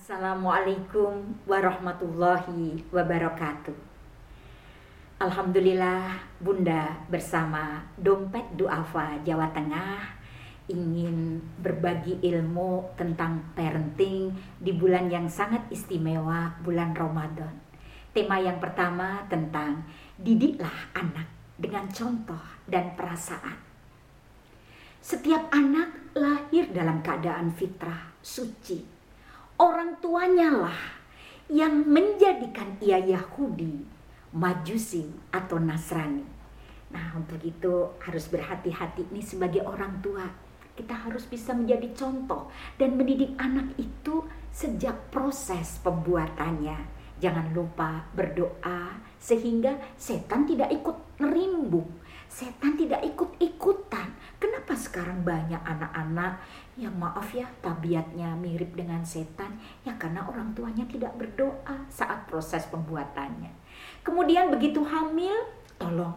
Assalamualaikum warahmatullahi wabarakatuh. Alhamdulillah Bunda bersama Dompet Duafa Jawa Tengah ingin berbagi ilmu tentang parenting di bulan yang sangat istimewa, bulan Ramadan. Tema yang pertama tentang didiklah anak dengan contoh dan perasaan. Setiap anak lahir dalam keadaan fitrah, suci. Orang tuanya lah yang menjadikan ia Yahudi, Majusi atau Nasrani. Nah, untuk itu harus berhati-hati nih sebagai orang tua. Kita harus bisa menjadi contoh dan mendidik anak itu sejak proses pembuatannya. Jangan lupa berdoa sehingga setan tidak ikut ngerimbung, setan tidak ikut-ikutan. Kenapa sekarang banyak anak-anak yang maaf ya tabiatnya mirip dengan setan? Ya karena orang tuanya tidak berdoa saat proses pembuatannya. Kemudian begitu hamil, tolong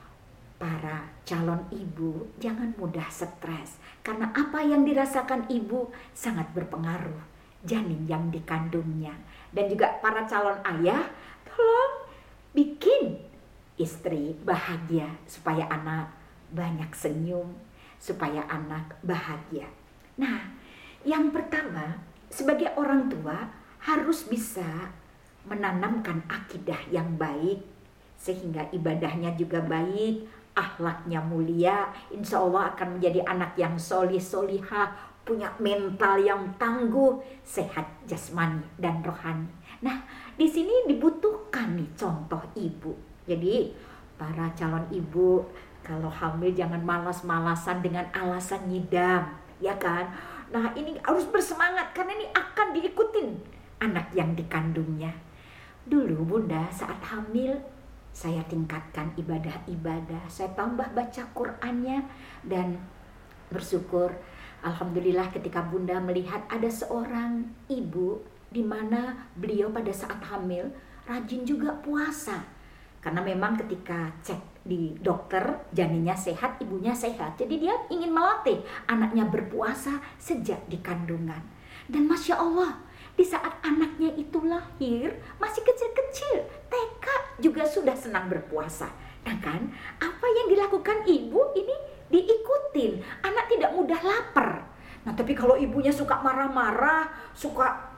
para calon ibu jangan mudah stres, karena apa yang dirasakan ibu sangat berpengaruh janin yang dikandungnya. Dan juga para calon ayah, tolong bikin istri bahagia supaya anak banyak senyum, supaya anak bahagia. Nah, yang pertama, sebagai orang tua harus bisa menanamkan akidah yang baik sehingga ibadahnya juga baik, akhlaknya mulia, insya Allah akan menjadi anak yang solih-solihah, punya mental yang tangguh, sehat jasmani dan rohani. Nah, di sini dibutuhkan nih contoh ibu. Jadi, para calon ibu kalau hamil jangan malas-malasan dengan alasan nyidam, ya kan? Nah, ini harus bersemangat karena ini akan diikutin anak yang dikandungnya. Dulu Bunda saat hamil saya tingkatkan ibadah-ibadah, saya tambah baca Qur'annya dan bersyukur alhamdulillah ketika Bunda melihat ada seorang ibu di mana beliau pada saat hamil rajin juga puasa. Karena memang ketika cek di dokter janinnya sehat, ibunya sehat. Jadi dia ingin melatih anaknya berpuasa sejak di kandungan. Dan Masya Allah, di saat anaknya itu lahir, masih kecil-kecil, TK juga sudah senang berpuasa. Nah kan, apa yang dilakukan ibu ini diikutin. Anak tidak mudah lapar. Nah tapi kalau ibunya suka marah-marah, suka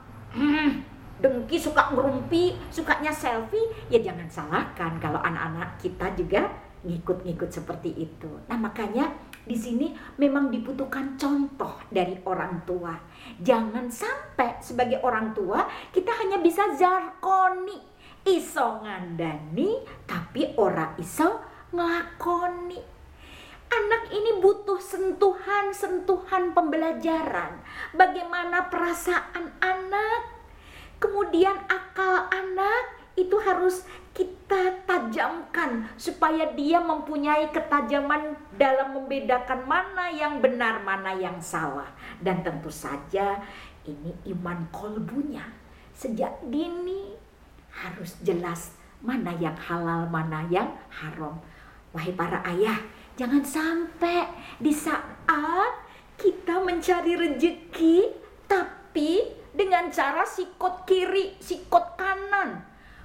dengki, suka ngerumpi, sukanya selfie, ya jangan salahkan kalau anak-anak kita juga ngikut-ngikut seperti itu. Nah makanya di sini memang dibutuhkan contoh dari orang tua. Jangan sampai sebagai orang tua kita hanya bisa jarkoni, iso ngandani, tapi ora iso nglakoni. Anak ini butuh sentuhan pembelajaran. Bagaimana perasaan anak, kemudian akal anak itu harus kita tajamkan supaya dia mempunyai ketajaman dalam membedakan mana yang benar, mana yang salah. Dan tentu saja ini iman kolbunya sejak dini harus jelas mana yang halal, mana yang haram. Wahai para ayah, jangan sampai di saat kita mencari rezeki tapi dengan cara sikut kiri, sikut kanan,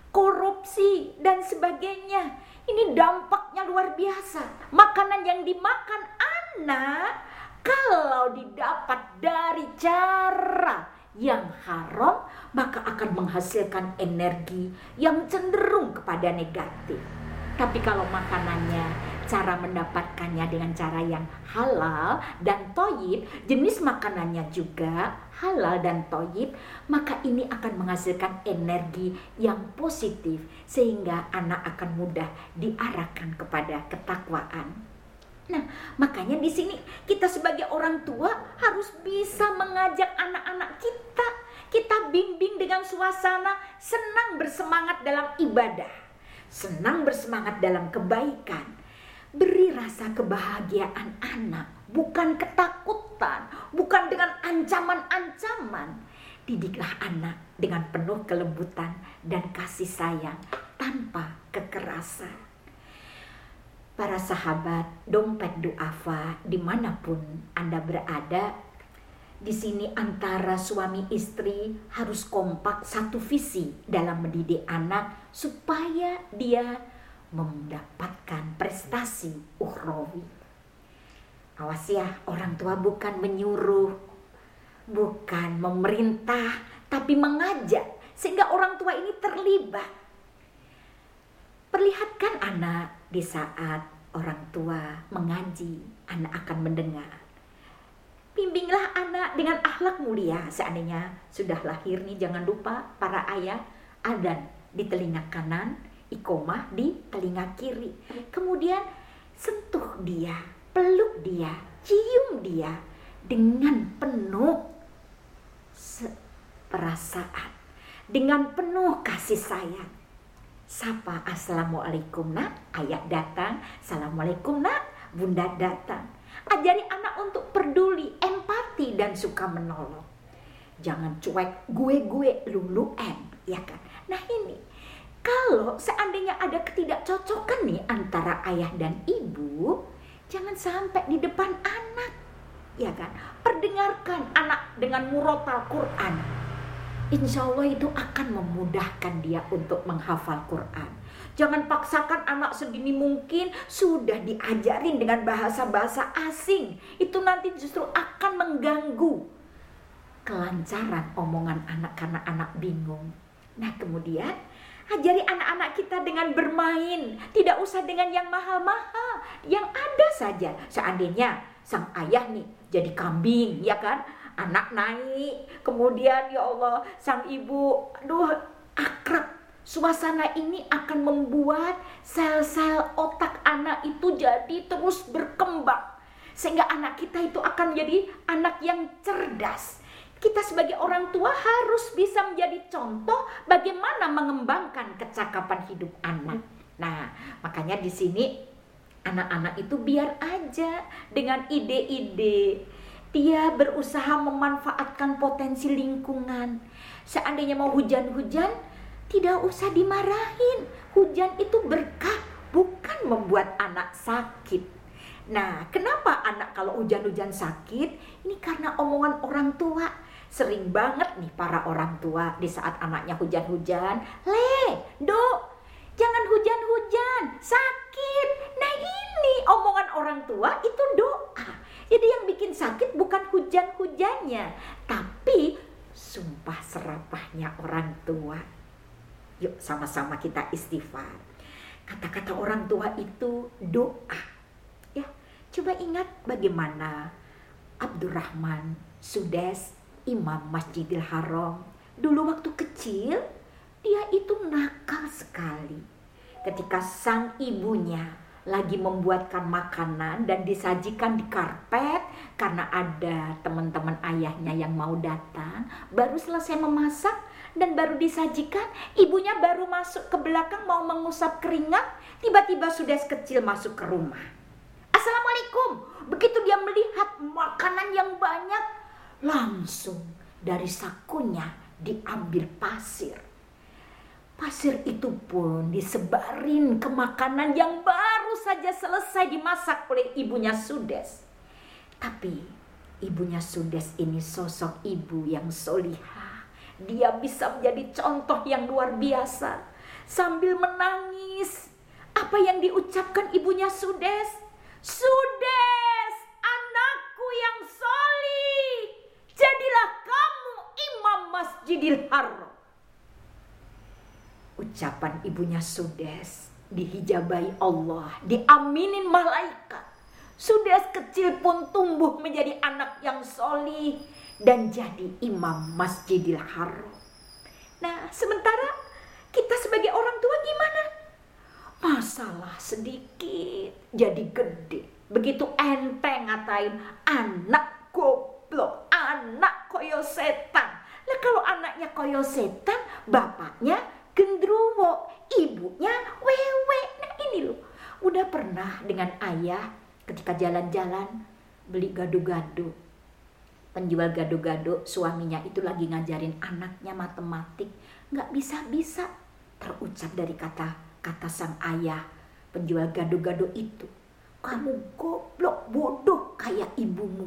korupsi dan sebagainya. Ini dampaknya luar biasa. Makanan yang dimakan anak kalau didapat dari cara yang haram, maka akan menghasilkan energi yang cenderung kepada negatif. Tapi kalau makanannya, cara mendapatkannya dengan cara yang halal dan thayyib, jenis makanannya juga halal dan thayyib, maka ini akan menghasilkan energi yang positif sehingga anak akan mudah diarahkan kepada ketakwaan. Nah, makanya di sini kita sebagai orang tua harus bisa mengajak anak-anak kita bimbing dengan suasana senang bersemangat dalam ibadah, senang bersemangat dalam kebaikan. Beri rasa kebahagiaan anak, bukan ketakutan, bukan dengan ancaman-ancaman. Didiklah anak dengan penuh kelembutan dan kasih sayang tanpa kekerasan. Para sahabat Dompet Duafa dimanapun Anda berada, Di sini antara suami istri harus kompak satu visi dalam mendidik anak supaya dia mendapatkan prestasi ukhrawi. Awas ya, orang tua bukan menyuruh, bukan memerintah, tapi mengajak sehingga orang tua ini terlibat. Perlihatkan anak di saat orang tua mengaji, anak akan mendengar. Bimbinglah anak dengan akhlak mulia. Seandainya sudah lahir nih, jangan lupa para ayah, adzan di telinga kanan, iqomah di telinga kiri. Kemudian sentuh dia, peluk dia, cium dia dengan penuh perasaan, dengan penuh kasih sayang. Sapa, assalamualaikum nak, ayah datang, assalamualaikum nak, bunda datang. Ajari anak untuk peduli, empati, dan suka menolong. Jangan cuek, gue, lulu-en, ya kan? Nah ini, kalau seandainya ada ketidakcocokan nih antara ayah dan ibu, jangan sampai di depan anak, ya kan? Perdengarkan anak dengan murotal Quran. Insya Allah itu akan memudahkan dia untuk menghafal Quran. Jangan paksakan anak sedini mungkin sudah diajarin dengan bahasa-bahasa asing. Itu nanti justru akan mengganggu kelancaran omongan anak karena anak bingung. Nah kemudian ajari anak-anak kita dengan bermain. Tidak usah dengan yang mahal-mahal, yang ada saja. Seandainya sang ayah nih jadi kambing, ya kan? Anak naik, kemudian ya Allah sang ibu, aduh akrab. Suasana ini akan membuat sel-sel otak anak itu jadi terus berkembang. Sehingga anak kita itu akan menjadi anak yang cerdas. Kita sebagai orang tua harus bisa menjadi contoh bagaimana mengembangkan kecakapan hidup anak. Nah, makanya di sini anak-anak itu biar aja dengan ide-ide. Dia berusaha memanfaatkan potensi lingkungan. Seandainya mau hujan-hujan, tidak usah dimarahin. Hujan itu berkah, bukan membuat anak sakit. Nah, kenapa anak kalau hujan-hujan sakit? Ini karena omongan orang tua. Sering banget nih para orang tua di saat anaknya hujan-hujan, Dok, jangan hujan-hujan, sakit. Nah ini omongan orang tua itu doa. Jadi yang bikin sakit bukan hujan-hujannya, tapi sumpah serapahnya orang tua. Yuk sama-sama kita istighfar. Kata-kata orang tua itu doa. Ya, coba ingat bagaimana Abdurrahman Sudes, Imam Masjidil Haram. Dulu waktu kecil, dia itu nakal sekali. Ketika sang ibunya lagi membuatkan makanan dan disajikan di karpet karena ada teman-teman ayahnya yang mau datang, baru selesai memasak dan baru disajikan, ibunya baru masuk ke belakang mau mengusap keringat, tiba-tiba sudah kecil masuk ke rumah. Assalamualaikum. Begitu dia melihat makanan yang banyak, langsung dari sakunya diambil pasir. Pasir itu pun disebarin ke makanan yang baru saja selesai dimasak oleh ibunya Sudes. Tapi ibunya Sudes ini sosok ibu yang solihah. Dia bisa menjadi contoh yang luar biasa. Sambil menangis, apa yang diucapkan ibunya Sudes? Sudes, anakku yang solih, jadilah kamu imam Masjidil Haram. Ucapan ibunya Sudes dihijabai Allah, diaminin malaikat. Sudes kecil pun tumbuh menjadi anak yang solih dan jadi imam Masjidil Haram. Nah, sementara kita sebagai orang tua gimana? Masalah sedikit jadi gede. Begitu enteng ngatain anak goblok, anak koyo setan. Lah kalau anaknya koyo setan, bapaknya gendruwo, ibunya wewe. Nah ini loh, udah pernah dengan ayah ketika jalan-jalan beli gado-gado. Penjual gado-gado, suaminya itu lagi ngajarin anaknya matematik. Gak bisa-bisa terucap dari kata sang ayah penjual gado-gado itu. Kamu goblok, bodoh kayak ibumu.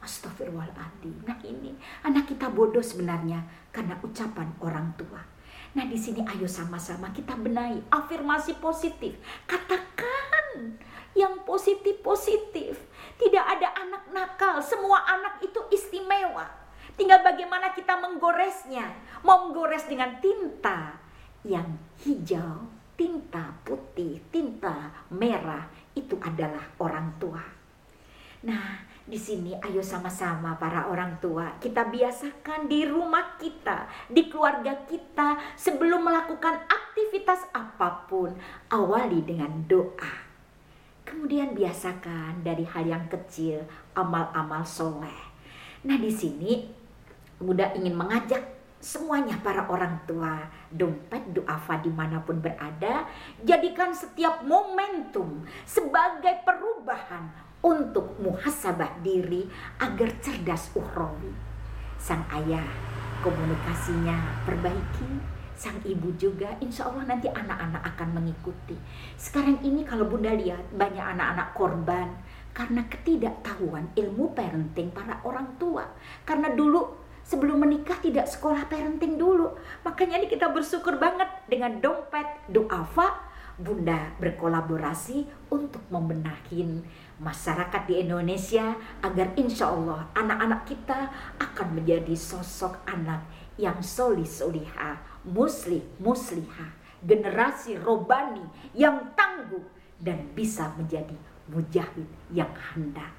Astagfirullahaladzim. Nah ini anak kita bodoh sebenarnya karena ucapan orang tua. Nah di sini ayo sama-sama kita benahi, afirmasi positif. Katakan yang positif-positif. Tidak ada anak nakal, semua anak itu istimewa. Tinggal bagaimana kita menggoresnya. Mau menggores dengan tinta yang hijau, tinta putih, tinta merah, itu adalah orang tua. Nah, di sini ayo sama-sama para orang tua kita biasakan di rumah kita, di keluarga kita, sebelum melakukan aktivitas apapun, awali dengan doa. Kemudian biasakan dari hal yang kecil, amal-amal soleh. Nah di sini Bunda ingin mengajak semuanya para orang tua, dompet duafa dimanapun berada, jadikan setiap momentum sebagai perubahan untuk muhasabah diri agar cerdas ukhrawi. Sang ayah komunikasinya perbaiki, sang ibu juga, insya Allah nanti anak-anak akan mengikuti. Sekarang ini kalau Bunda lihat banyak anak-anak korban karena ketidaktahuan ilmu parenting para orang tua. Karena dulu sebelum menikah tidak sekolah parenting dulu. Makanya ini kita bersyukur banget dengan dompet duafa. Bunda berkolaborasi untuk membenahin masyarakat di Indonesia agar insya Allah anak-anak kita akan menjadi sosok anak yang solih-solihah, muslih-muslihah, generasi robani yang tangguh dan bisa menjadi mujahid yang handal.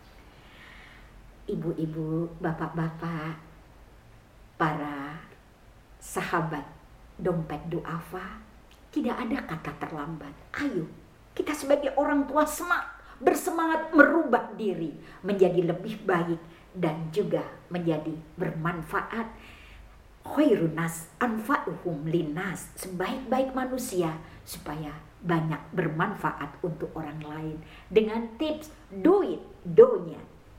Ibu-ibu, bapak-bapak, para sahabat dompet duafa, tidak ada kata terlambat. Ayo, kita sebagai orang tua bersemangat merubah diri menjadi lebih baik dan juga menjadi bermanfaat. Khairun nas anfa'uhum linnas, sebaik-baik manusia supaya banyak bermanfaat untuk orang lain. Dengan tips donya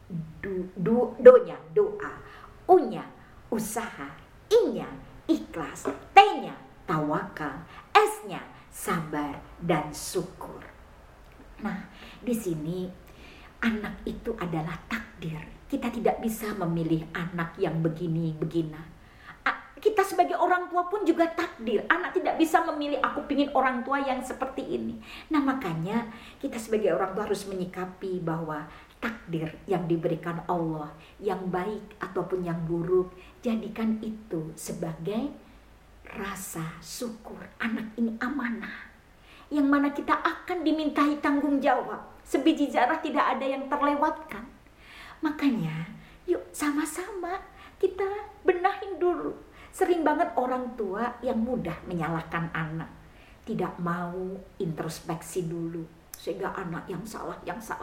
doa, unya usaha, inya ikhlas, t-nya tawakal, s-nya sabar dan syukur. Nah, di sini anak itu adalah takdir. Kita tidak bisa memilih anak yang begini-begina. Kita sebagai orang tua pun juga takdir. Anak tidak bisa memilih aku pingin orang tua yang seperti ini. Nah makanya kita sebagai orang tua harus menyikapi bahwa takdir yang diberikan Allah, yang baik ataupun yang buruk, jadikan itu sebagai rasa syukur. Anak ini amanah, yang mana kita akan dimintai tanggung jawab. Sebiji zarah tidak ada yang terlewatkan. Makanya yuk sama-sama kita benahin dulu. Sering banget orang tua yang mudah menyalahkan anak, tidak mau introspeksi dulu, sehingga anak yang salah.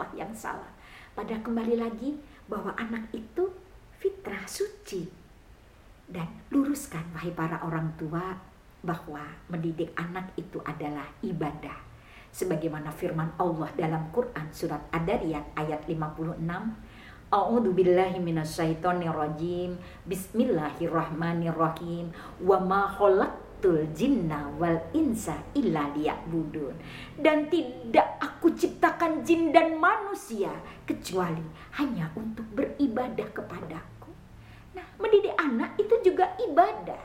Padahal kembali lagi bahwa anak itu fitrah suci. Dan luruskan wahai para orang tua bahwa mendidik anak itu adalah ibadah. Sebagaimana firman Allah dalam Quran surat Ad-Dariyat ayat 56, A'udzu billahi minasyaitonir rajim. Bismillahirrahmanirrahim. Wa ma khalaqtul jinna wal insa illa liya'budun. Dan tidak aku ciptakan jin dan manusia kecuali hanya untuk beribadah kepadaku. Nah, mendidik anak itu juga ibadah.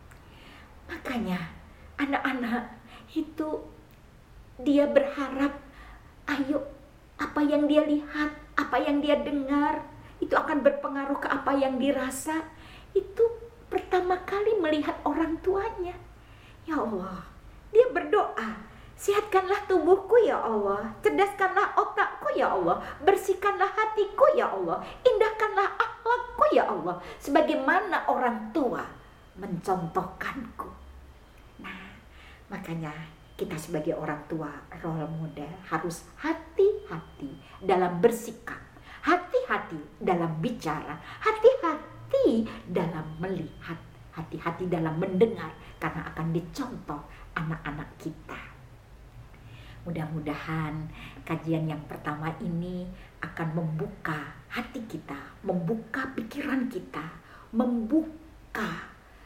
Makanya anak-anak itu dia berharap, ayo apa yang dia lihat, apa yang dia dengar, itu akan berpengaruh ke apa yang dirasa. Itu pertama kali melihat orang tuanya. Ya Allah, dia berdoa, sehatkanlah tubuhku ya Allah, cerdaskanlah otakku ya Allah, bersihkanlah hatiku ya Allah, indahkanlah akhlakku ya Allah, sebagaimana orang tua mencontohkanku. Nah, makanya kita sebagai orang tua, role model, harus hati-hati dalam bersikap, hati-hati dalam bicara, hati-hati dalam melihat, hati-hati dalam mendengar, karena akan dicontoh anak-anak kita. Mudah-mudahan kajian yang pertama ini akan membuka hati kita, membuka pikiran kita, membuka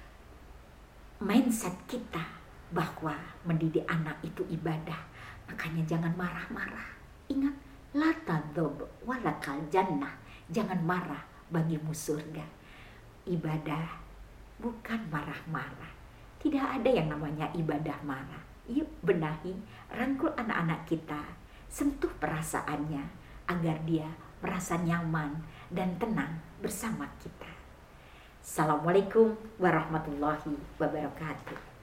mindset kita bahwa mendidik anak itu ibadah. Makanya jangan marah-marah. Ingat, la tadhab walakal jannah. Jangan marah, bagimu surga. Ibadah bukan marah-marah. Tidak ada yang namanya ibadah marah. Yuk benahi, rangkul anak-anak kita, sentuh perasaannya agar dia merasa nyaman dan tenang bersama kita. Assalamualaikum warahmatullahi wabarakatuh.